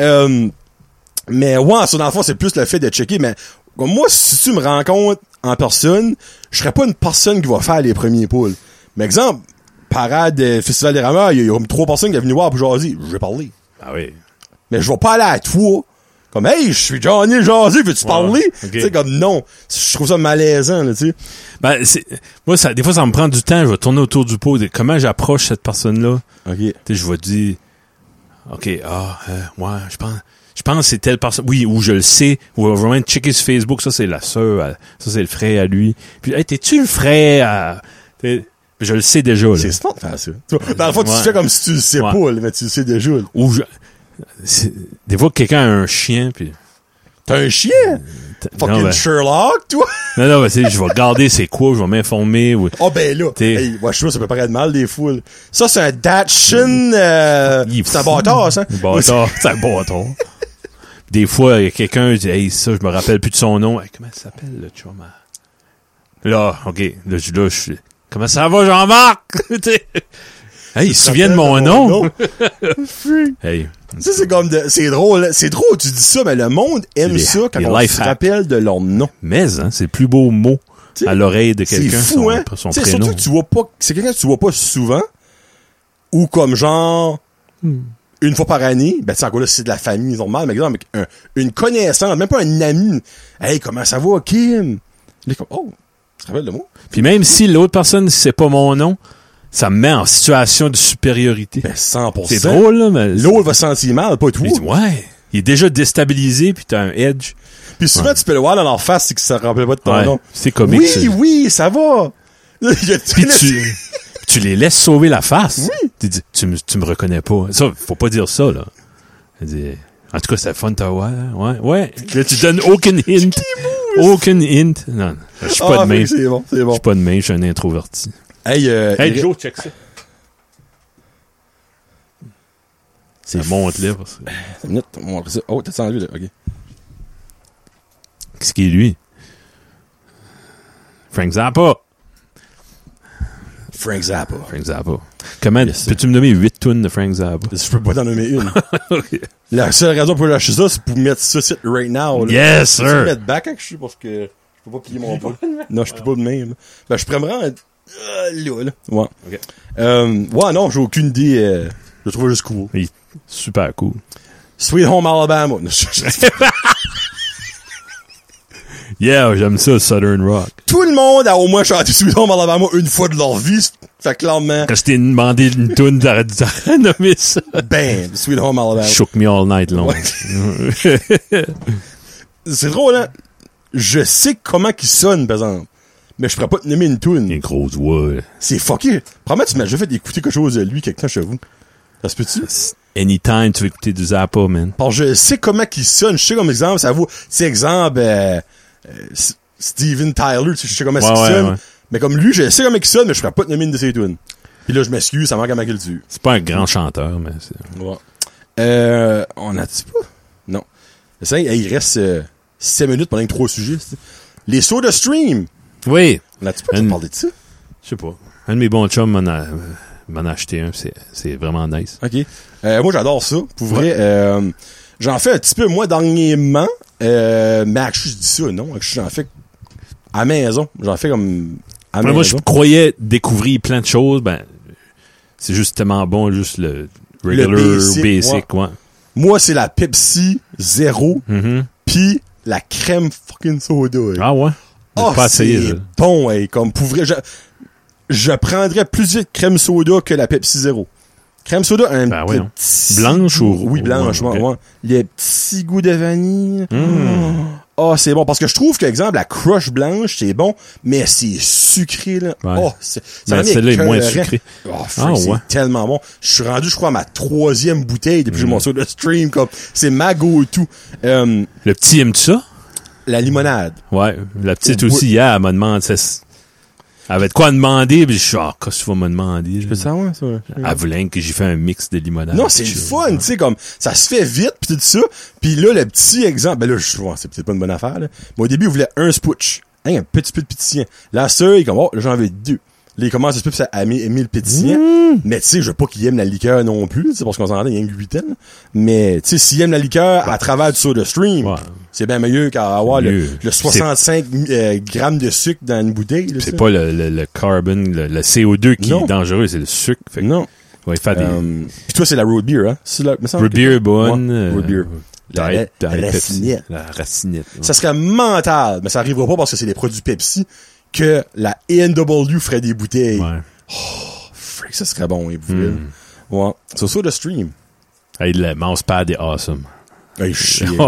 Speaker 1: Mais ouais, ça, dans le fond, c'est plus le fait de checker, mais comme moi, si tu me rencontres en personne, je serais pas une personne qui va faire les premiers poules. Mais exemple, parade, Festival des Rameurs, il y a 3 personnes qui sont venues voir pour jaser. Je vais parler.
Speaker 2: Ah oui.
Speaker 1: Mais je vais pas aller à toi. Comme, hey, je suis Johnny Jasé, veux-tu parler?
Speaker 2: Ok.
Speaker 1: Tu sais, comme, non. Je trouve ça malaisant, là, tu sais.
Speaker 2: Ben, moi, des fois, ça me prend du temps. Je vais tourner autour du pot. Comment j'approche cette personne-là?
Speaker 1: OK.
Speaker 2: Tu sais, je vais dire, OK, ouais, je pense que c'est telle personne. Oui, ou je le sais. Ou vraiment checker sur Facebook. Ça, c'est la sœur. Ça, c'est le frère à lui. Puis, hey, t'es-tu le frère à... Je le sais déjà, là.
Speaker 1: C'est smart de faire ça. Dans le fond, tu
Speaker 2: Ouais.
Speaker 1: fais comme si tu le sais
Speaker 2: Ouais.
Speaker 1: pas, là, mais tu le sais déjà, là.
Speaker 2: Ou des fois, quelqu'un a un chien, puis...
Speaker 1: T'as un chien?
Speaker 2: Non,
Speaker 1: Fucking
Speaker 2: ben,
Speaker 1: Sherlock, toi?
Speaker 2: non, tu sais, je vais regarder c'est quoi, je vais m'informer. Ou...
Speaker 1: Oh, ben là.
Speaker 2: T'es-
Speaker 1: Hey, ouais, je sais pas, ça peut paraître mal, des foules. Ça, c'est un Dachshund,
Speaker 2: Il est
Speaker 1: c'est un
Speaker 2: fou.
Speaker 1: bâtard, ça.
Speaker 2: Un bâtard, c'est un bâtard. Des fois, il y a quelqu'un qui dit, hey, ça, je me rappelle plus de son nom. Hey, comment ça s'appelle, le chum? Là, OK. Là, je suis... Comment ça va, Jean-Marc? Hey, il se souvient de mon nom? Hey.
Speaker 1: Ça, c'est comme c'est drôle. C'est drôle, tu dis ça, mais le monde aime
Speaker 2: Les-
Speaker 1: ça quand
Speaker 2: les
Speaker 1: on
Speaker 2: life
Speaker 1: se
Speaker 2: hacks.
Speaker 1: rappelle de leur nom.
Speaker 2: Mais, hein, c'est le plus beau mot
Speaker 1: T'sais,
Speaker 2: à l'oreille de
Speaker 1: C'est
Speaker 2: quelqu'un,
Speaker 1: fou, hein?
Speaker 2: son
Speaker 1: T'sais,
Speaker 2: prénom.
Speaker 1: surtout que tu vois pas, c'est quelqu'un que tu vois pas souvent, ou comme genre, une fois par année, ben, tu sais, encore là, c'est de la famille normale, mais exemple, une connaissance, même pas un ami. Hey, comment ça va, Kim? Il est comme, oh, tu te rappelles de moi?
Speaker 2: Puis même si l'autre personne, c'est pas mon nom, ça me met en situation de supériorité.
Speaker 1: Ben, 100%.
Speaker 2: C'est drôle, là, mais...
Speaker 1: L'autre va se sentir mal, pas toi.
Speaker 2: Il dit, ouais, il est déjà déstabilisé, puis t'as un edge.
Speaker 1: Puis souvent, tu peux le voir dans leur face, c'est que ça ne rappelle pas de ton
Speaker 2: Ouais,
Speaker 1: nom.
Speaker 2: c'est comique,
Speaker 1: Oui,
Speaker 2: ça.
Speaker 1: oui, ça va.
Speaker 2: Puis tu les laisses sauver la face.
Speaker 1: Oui.
Speaker 2: Tu dis, tu me reconnais pas. Ça, faut pas dire ça, là. Elle dit, en tout cas, c'est fun, t'as ouais. Là, tu donnes aucun hint. Aucun hint. Non, je suis pas de main.
Speaker 1: C'est bon, c'est
Speaker 2: Je
Speaker 1: bon.
Speaker 2: suis pas de main, je suis un introverti.
Speaker 1: Hey,
Speaker 2: Hey, Joe, check ça.
Speaker 1: c'est
Speaker 2: Ça monte là. Parce que...
Speaker 1: Une minute, on va montrer ça. Oh, t'as enlevé, là, ok.
Speaker 2: Qu'est-ce qui est lui? Frank Zappa.
Speaker 1: Frank Zappa.
Speaker 2: Frank Zappa. Comment,
Speaker 1: Yes, sir.
Speaker 2: peux-tu me nommer 8 tunes de Frank Zappa?
Speaker 1: Je peux pas t'en nommer une.
Speaker 2: OK.
Speaker 1: La seule raison pour lâcher ça, c'est pour mettre ça site right now. Là.
Speaker 2: Yes,
Speaker 1: Je peux
Speaker 2: sir.
Speaker 1: mettre back actually parce que je peux pas plier mon pas. Non, je peux pas de même. Ben, je pourrais me rendre là. Ouais.
Speaker 2: OK.
Speaker 1: Ouais, non, j'ai aucune idée. Je le trouve juste cool.
Speaker 2: Oui, super cool.
Speaker 1: Sweet Home Alabama. Non,
Speaker 2: Yeah, j'aime ça, Southern Rock.
Speaker 1: Tout le monde a au moins chanté Sweet Home Alabama une fois de leur vie. Fait clairement,
Speaker 2: Quand je t'ai demandé une toune, t'aurais nommé ça.
Speaker 1: bam, Sweet Home Alabama.
Speaker 2: Shook me all night long.
Speaker 1: Ouais. C'est drôle, hein? Je sais comment qu'il sonne, par exemple. Mais je pourrais pas te nommer une
Speaker 2: Il y a
Speaker 1: tune.
Speaker 2: une grosse voix.
Speaker 1: C'est fucké. Probablement, tu m'as déjà fait écouter quelque chose de lui quelque temps chez vous. Ça se peut-tu?
Speaker 2: Anytime tu veux écouter du Zappa, man.
Speaker 1: Parce que je sais comment qu'il sonne. Je sais comme exemple, ça vaut, tu sais, exemple, Steven Tyler, tu sais, je sais comment il sonne.
Speaker 2: Ouais.
Speaker 1: Mais comme lui, je sais comment il sonne, mais je pourrais pas te nommer une de ses tunes. Puis là, je m'excuse, ça manque à ma culture.
Speaker 2: C'est pas un grand chanteur, mais c'est...
Speaker 1: Ouais. On a-tu pas? Non. Ça, il reste 7 minutes pendant 3 sujets. C'est... Les Soda Stream.
Speaker 2: Oui.
Speaker 1: On a-tu pas parlé de ça?
Speaker 2: Je sais pas. Un de mes bons chums m'en a acheté un. C'est vraiment nice.
Speaker 1: OK. Moi, j'adore ça. Pour vrai, j'en fais un petit peu, moi, dernièrement. Mais actually, je dis ça, non. Actually, j'en fais à la maison. J'en fais comme à la
Speaker 2: Moi, je
Speaker 1: maison.
Speaker 2: croyais découvrir plein de choses. Ben, c'est juste tellement bon, juste le regular,
Speaker 1: Le basic,
Speaker 2: ouais.
Speaker 1: Moi, c'est la Pepsi Zéro, puis la crème fucking soda.
Speaker 2: Ah ouais?
Speaker 1: Oh,
Speaker 2: Pas essayé,
Speaker 1: c'est
Speaker 2: ça.
Speaker 1: bon, hey, comme pour vrai. Je prendrais plus vite crème soda que la Pepsi Zéro. Crème soda, un
Speaker 2: Ben oui, non.
Speaker 1: petit
Speaker 2: Blanche
Speaker 1: goût-
Speaker 2: ou...
Speaker 1: Oui, blanche,
Speaker 2: ouais,
Speaker 1: ouais. Les petits goûts de vanille.
Speaker 2: Mm.
Speaker 1: Oh, c'est bon. Parce que je trouve que, exemple, la crush blanche, c'est bon, mais c'est sucré, là.
Speaker 2: Ouais.
Speaker 1: Oh, ça
Speaker 2: Mais
Speaker 1: m'a mis
Speaker 2: celle-là est moins
Speaker 1: écœurant.
Speaker 2: sucrée.
Speaker 1: Oh,
Speaker 2: Ah,
Speaker 1: c'est
Speaker 2: ouais.
Speaker 1: tellement bon. Je suis rendu, je crois, à ma 3e bouteille depuis que j'ai mon soda stream, comme, c'est ma go-to.
Speaker 2: Le petit, aimes-tu ça?
Speaker 1: La limonade.
Speaker 2: Ouais. La petite
Speaker 1: Oui.
Speaker 2: aussi, hier, elle m'a demandé... Elle avait de quoi demander, puis je suis qu'est-ce que tu vas me demander?
Speaker 1: Je peux savoir, ça?
Speaker 2: Elle voulait que j'ai fait un mix de limonade.
Speaker 1: Non, c'est le fun, tu sais, comme, ça se fait vite, pis tout ça. Puis là, le petit exemple, ben là, c'est peut-être pas une bonne affaire, là. Mais au début, il voulait un spooch. Hein, un petit peu de pétillant. La sœur, il est comme, oh, là, j'en veux 2. Là, il commence à aimer le pétillant. Mais tu sais, je veux pas qu'il aime la liqueur non plus, parce qu'on s'entend, il y a une 8 ans. Mais tu sais, s'il aime la liqueur à travers du soda stream, c'est bien mieux qu'à avoir le 65 grammes de sucre dans une bouteille. Là,
Speaker 2: c'est pas le carbon, le CO2 qui est dangereux, c'est le sucre. Fait que,
Speaker 1: non.
Speaker 2: Ouais, faire des...
Speaker 1: Puis toi, c'est la road beer, hein?
Speaker 2: Road beer bonne.
Speaker 1: Road beer. La racinette.
Speaker 2: La racinette.
Speaker 1: Ça serait mental, mais ça arrivera pas parce que c'est des produits Pepsi que la A&W ferait des bouteilles.
Speaker 2: Ouais.
Speaker 1: Oh, freak, ça serait bon, les bouteilles. Ouais. C'est ça, le stream.
Speaker 2: Hey, le mousepad est awesome.
Speaker 1: Hey,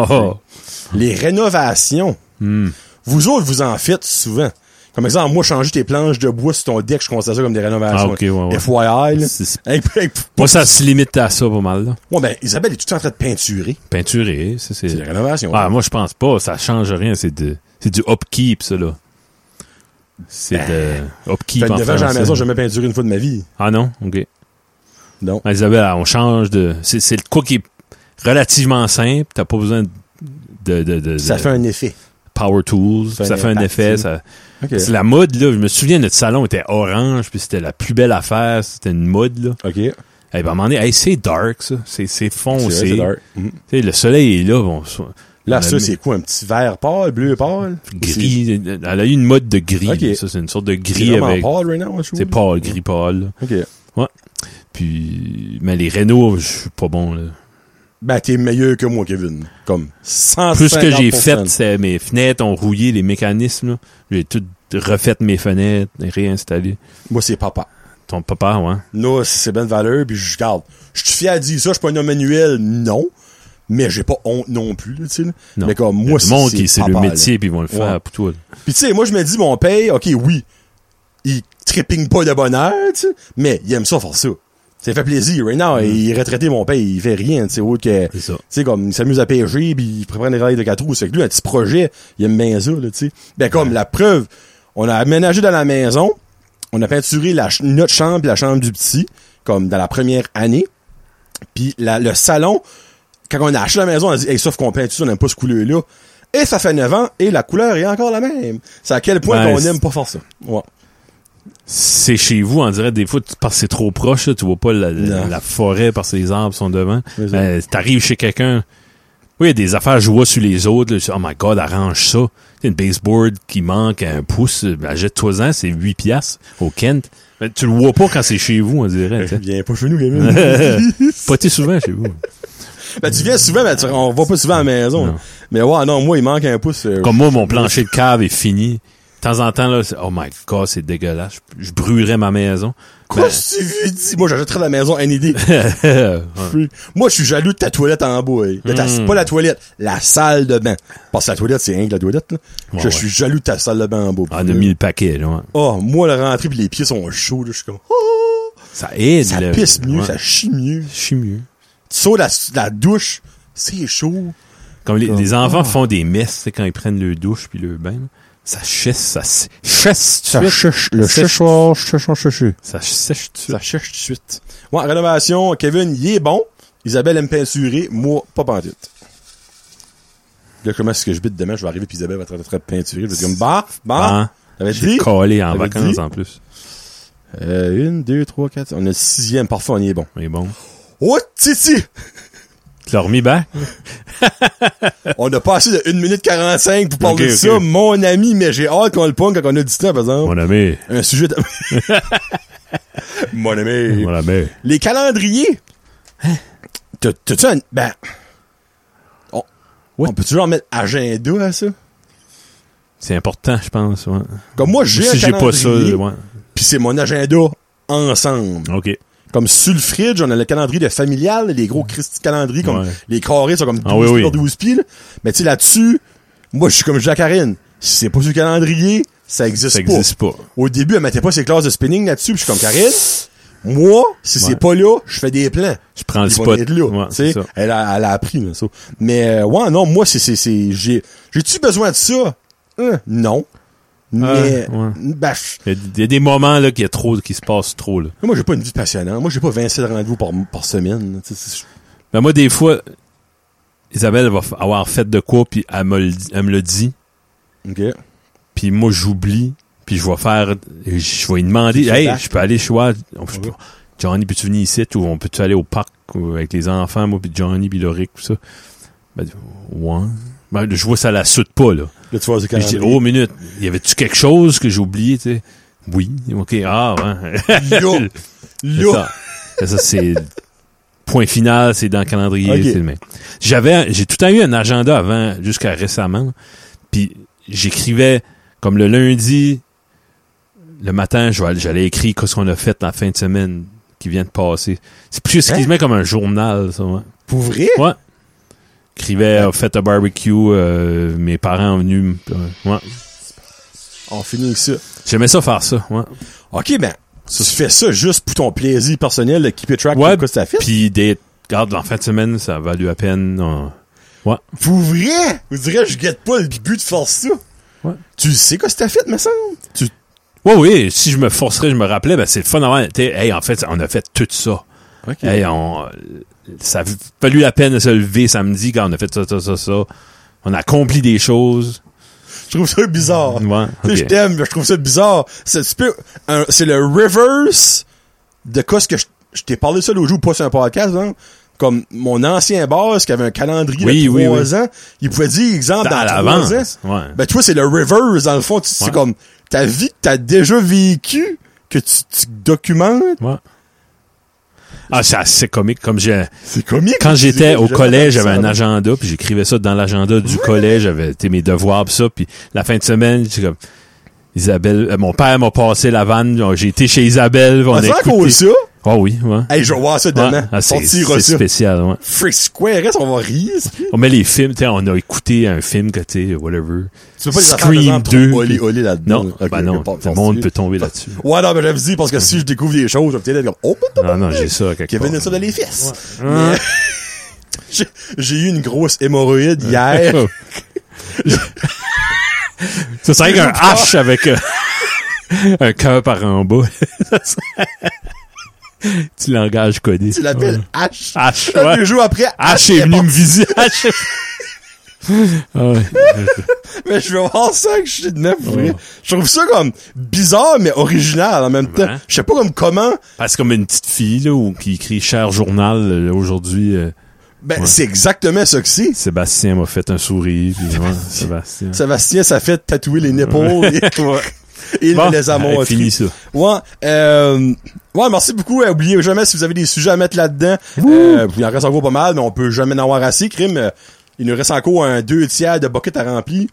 Speaker 1: les rénovations. Vous autres, vous en faites souvent. Comme exemple, moi, changer tes planches de bois sur ton deck, je considère ça comme des rénovations.
Speaker 2: Ah, ok, ouais.
Speaker 1: FYI, là.
Speaker 2: Moi, ça se limite à ça pas mal, là.
Speaker 1: Ouais, ben, Isabelle est tout en train de peinturer.
Speaker 2: Peinturer, ça, c'est
Speaker 1: des rénovations.
Speaker 2: Ah, moi, je pense pas. Ça change rien. C'est du upkeep, ça, là. C'est de upkeep en
Speaker 1: fait, devant,
Speaker 2: français.
Speaker 1: à la maison, j'ai jamais peinturé une fois de ma vie.
Speaker 2: Ah non? OK.
Speaker 1: Non.
Speaker 2: Ah, Isabelle, on change de... C'est le quoi qui est relativement simple. T'as pas besoin
Speaker 1: ça fait un effet.
Speaker 2: Power tools. Ça fait un effet. Ça...
Speaker 1: Okay.
Speaker 2: C'est la mode, là. Je me souviens, notre salon était orange, puis c'était la plus belle affaire. C'était une mode, là.
Speaker 1: OK.
Speaker 2: Eh ben, à un moment donné, c'est dark, ça. C'est foncé.
Speaker 1: C'est dark.
Speaker 2: Le soleil est là. Bon,
Speaker 1: là, ça, c'est quoi? Un petit vert pâle, bleu pâle?
Speaker 2: Gris. Elle a eu une mode de gris. Okay. Ça, c'est une sorte de gris avec...
Speaker 1: pâle, right now,
Speaker 2: c'est pâle, gris pâle. Là.
Speaker 1: OK.
Speaker 2: Ouais. Puis, mais les rénaux, je suis pas bon, là.
Speaker 1: Ben, t'es meilleur que moi, Kevin. Comme 150%.
Speaker 2: Plus que j'ai fait, c'est mes fenêtres ont rouillé, les mécanismes, là. J'ai tout refait mes fenêtres, réinstallé.
Speaker 1: Moi, c'est papa.
Speaker 2: Ton papa, ouais.
Speaker 1: Là, c'est bonne valeur, puis je garde. Je suis fier à dire ça, je suis pas un homme manuel, non. Mais j'ai pas honte non plus, tu sais. Mais comme moi,
Speaker 2: c'est le monde qui c'est le métier, puis ils vont le faire pour toi.
Speaker 1: Puis tu sais, moi, je me dis, mon père, OK, oui, il tripping pas de bonheur, tu sais, mais il aime ça faire ça. Ça fait plaisir. Right now, il est retraité, mon père, il fait rien, tu sais, autre que...
Speaker 2: C'est ça. Tu
Speaker 1: sais, comme, il s'amuse à pêcher, puis il prépare des rails de 4 roues. C'est que lui, un petit projet, il aime bien ça, là, tu sais. Ben, comme, la preuve, on a aménagé dans la maison, on a peinturé notre chambre et la chambre du petit, comme dans la première année. Puis le salon, quand on a acheté la maison, on a dit, hey, sauf qu'on peinture, on n'aime pas ce couleur-là. Et ça fait 9 ans, et la couleur est encore la même. C'est à quel point qu'on aime pas faire ça. Ouais.
Speaker 2: C'est chez vous, on dirait, des fois, parce que c'est trop proche, là, tu vois pas la forêt parce que les arbres sont devant. T'arrives chez quelqu'un, oui, il y a des affaires je vois sur les autres, là, oh my god, arrange ça. Une baseboard qui manque à un pouce, ben, jette-toi-en, c'est 8 piastres au Kent. Ben, tu le vois pas quand c'est chez vous, on dirait.
Speaker 1: Viens pas chez nous, Kevin.
Speaker 2: Pas t'es souvent chez vous.
Speaker 1: Ben, tu viens souvent, mais on va pas souvent à la maison.
Speaker 2: Non.
Speaker 1: Mais ouais, non, moi, il manque un pouce.
Speaker 2: Comme moi, mon plancher de cave est fini. De temps en temps, là, oh my god, c'est dégueulasse. Je brûlerais ma maison.
Speaker 1: Qu'est-ce que tu veux dire? Moi, j'achèterais la maison NED. Moi, je suis jaloux de ta toilette en bas. Pas la toilette, la salle de bain. Parce que la toilette, c'est rien que la toilette. Là. Je suis jaloux de ta salle de bain en bas.
Speaker 2: On a mis le paquet, là. Ouais.
Speaker 1: Oh, moi, la rentrée pis les pieds sont chauds. Là, je suis comme... Oh!
Speaker 2: Ça aide.
Speaker 1: Ça pisse mieux, ça chie mieux.
Speaker 2: Chie mieux.
Speaker 1: Tu sautes la douche, c'est chaud.
Speaker 2: Comme les enfants font des messes quand ils prennent leur douche puis leur bain. Ça chesse, ça chesse tout de suite.
Speaker 1: Le chèchoir, chèche.
Speaker 2: Ça sèche tout de suite.
Speaker 1: Ça chèche tout de suite. Ouais, rénovation, Kevin, il est bon. Isabelle aime peinturer. Moi, pas pantoute. Là, comment est-ce que je bite demain? Je vais arriver puis Isabelle va être en train de peinturer. Je vais dire comme, bah.
Speaker 2: J'ai collé en vacances en plus.
Speaker 1: 1, 2, 3, 4. On a le 6e. Parfois, on y est bon.
Speaker 2: On est bon.
Speaker 1: Oh, titi!
Speaker 2: Tu l'as remis back?
Speaker 1: On a passé de 1 minute 45 pour parler de ça, mon ami, mais j'ai hâte qu'on le pogne quand on a du temps, par exemple.
Speaker 2: Mon ami.
Speaker 1: Un sujet de... Mon ami.
Speaker 2: Mon ami.
Speaker 1: Les calendriers. T'as-tu un... Ben... On peut toujours mettre agenda à ça?
Speaker 2: C'est important, je pense, ouais.
Speaker 1: Comme moi, j'ai un calendrier.
Speaker 2: Pas ça, ouais.
Speaker 1: Puis c'est mon agenda ensemble.
Speaker 2: OK.
Speaker 1: Comme sur le fridge, on a le calendrier de familial, les gros Christy calendriers, comme les carrés sont comme
Speaker 2: 12
Speaker 1: sur 12 pieds. Là. Mais tu sais, là-dessus, moi, je suis comme Jacques-Karine. Si c'est pas sur le calendrier, ça existe pas. Au début, elle mettait pas ses classes de spinning là-dessus, puis je suis comme Karine. Moi, si c'est pas là, je fais des plans.
Speaker 2: Je prends le spot.
Speaker 1: Là, elle a appris, là, ça. Mais, ouais, non, moi, j'ai-tu besoin de ça? Non. Mais, ben,
Speaker 2: il y a des moments, là, qui se passent trop, là.
Speaker 1: Moi, j'ai pas une vie passionnante. Moi, j'ai pas 27 rendez-vous par semaine,
Speaker 2: Ben, moi, des fois, Isabelle va avoir fait de quoi, puis elle me le dit.
Speaker 1: OK.
Speaker 2: Puis moi, j'oublie. Puis je vais lui demander, hey, je peux aller chez moi, Johnny, peux-tu venir ici, ou on peut-tu aller au parc avec les enfants, moi, puis Johnny, puis Loric, tout ça. Ben, ouais. Ben, je vois ça la saute pas, là.
Speaker 1: Là, tu vois, c'est
Speaker 2: je dis, oh, minute, y avait-tu quelque chose que j'ai oublié, tu sais? Oui, ok, ouais.
Speaker 1: Là.
Speaker 2: Ça, c'est point final, c'est dans le calendrier,
Speaker 1: Okay.
Speaker 2: c'est le même. J'ai tout le temps eu un agenda avant, jusqu'à récemment, puis j'écrivais, comme le lundi, le matin, j'allais écrire ce qu'on a fait en fin de semaine qui vient de passer. C'est plus excuse-moi comme un journal, ça, ouais.
Speaker 1: Pour vrai?
Speaker 2: Ouais. Écrivais, a fait un barbecue, mes parents ont venu, ouais.
Speaker 1: On finit avec ça.
Speaker 2: J'aimais ça faire ça, ouais.
Speaker 1: OK, ben, tu fais ça juste pour ton plaisir personnel de keep it track
Speaker 2: ouais,
Speaker 1: de quoi ça fait.
Speaker 2: Puis regarde, en fin de semaine, ça a valu la peine. Ouais.
Speaker 1: Pour vrai? Vous direz, je guette pas le but de faire ça.
Speaker 2: Ouais.
Speaker 1: Tu sais quoi t'as fait, me semble?
Speaker 2: Oui, si je me forcerais, je me rappelais, ben c'est le fun d'avoir, hey, en fait, on a fait tout ça.
Speaker 1: Okay.
Speaker 2: Hey, ça a valu la peine de se lever samedi quand on a fait ça. On a accompli des choses.
Speaker 1: Je trouve ça bizarre.
Speaker 2: Ouais, okay.
Speaker 1: Je t'aime, mais je trouve ça bizarre. C'est le reverse de quoi ce que je t'ai parlé de ça l'autre jour, pas sur un podcast, hein? Comme mon ancien boss qui avait un calendrier de 3 ans, il pouvait dire, exemple, dans 3 ans.
Speaker 2: Ouais.
Speaker 1: Ben, tu vois, c'est le reverse, dans le fond. C'est comme ta vie que t'as déjà vécue, que tu documentes.
Speaker 2: Ouais. Ah, c'est assez comique.
Speaker 1: C'est comique.
Speaker 2: Quand j'étais au collège, j'avais un agenda, puis j'écrivais ça dans l'agenda du collège, j'avais mes devoirs pis ça, puis la fin de semaine, c'est comme Isabelle, mon père m'a passé la vanne, j'ai été chez Isabelle, on a écouté
Speaker 1: ça.
Speaker 2: Oh oui, ouais.
Speaker 1: Hey, je vais voir ça demain.
Speaker 2: Ah, c'est spécial, ouais.
Speaker 1: Freak Square, on va rire.
Speaker 2: On met les films, on a écouté un film que whatever.
Speaker 1: Tu veux pas les
Speaker 2: Scream 2.
Speaker 1: Oli là-dedans.
Speaker 2: Non, okay, non, le monde peut tomber là-dessus.
Speaker 1: Ouais, non, mais j'avais dit, parce que si je découvre des choses, je vais peut-être être comme,
Speaker 2: non, j'ai ça quelque part.
Speaker 1: Kevin a ça dans les fesses. Ouais. Mais, j'ai eu une grosse hémorroïde hier.
Speaker 2: Ça serait qu'un H avec un cœur par en bas. Petit langage codé.
Speaker 1: Tu l'appelles H.
Speaker 2: H, ouais.
Speaker 1: 2 jours après,
Speaker 2: H est venu me visiter.
Speaker 1: Mais je vais voir ça que je suis de neuf. Je trouve ça comme bizarre, mais original en même temps. Je sais pas comment.
Speaker 2: Parce que comme une petite fille, là, qui écrit Cher Journal, là, aujourd'hui.
Speaker 1: C'est exactement ça que c'est.
Speaker 2: Sébastien m'a fait un sourire. Puis,
Speaker 1: Sébastien, ça fait tatouer les nipples. Et les amours.
Speaker 2: Fini ça.
Speaker 1: Ouais, merci beaucoup. Oubliez jamais si vous avez des sujets à mettre là-dedans. Il en reste encore pas mal, mais on peut jamais en avoir assez. Crime, il nous reste encore un 2/3 de bucket à remplir.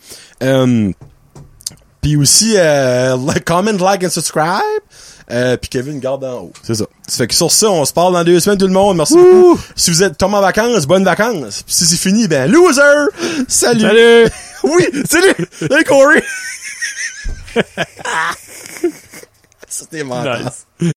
Speaker 1: Puis aussi, comment, like and subscribe. Puis Kevin garde en haut. C'est ça. Ça fait que sur ça, on se parle dans 2 semaines tout le monde. Merci beaucoup. Si vous êtes tombé en vacances, bonnes vacances. Puis si c'est fini, ben loser! Salut! Oui, salut! Salut Corey! C'était mental.
Speaker 2: Nice.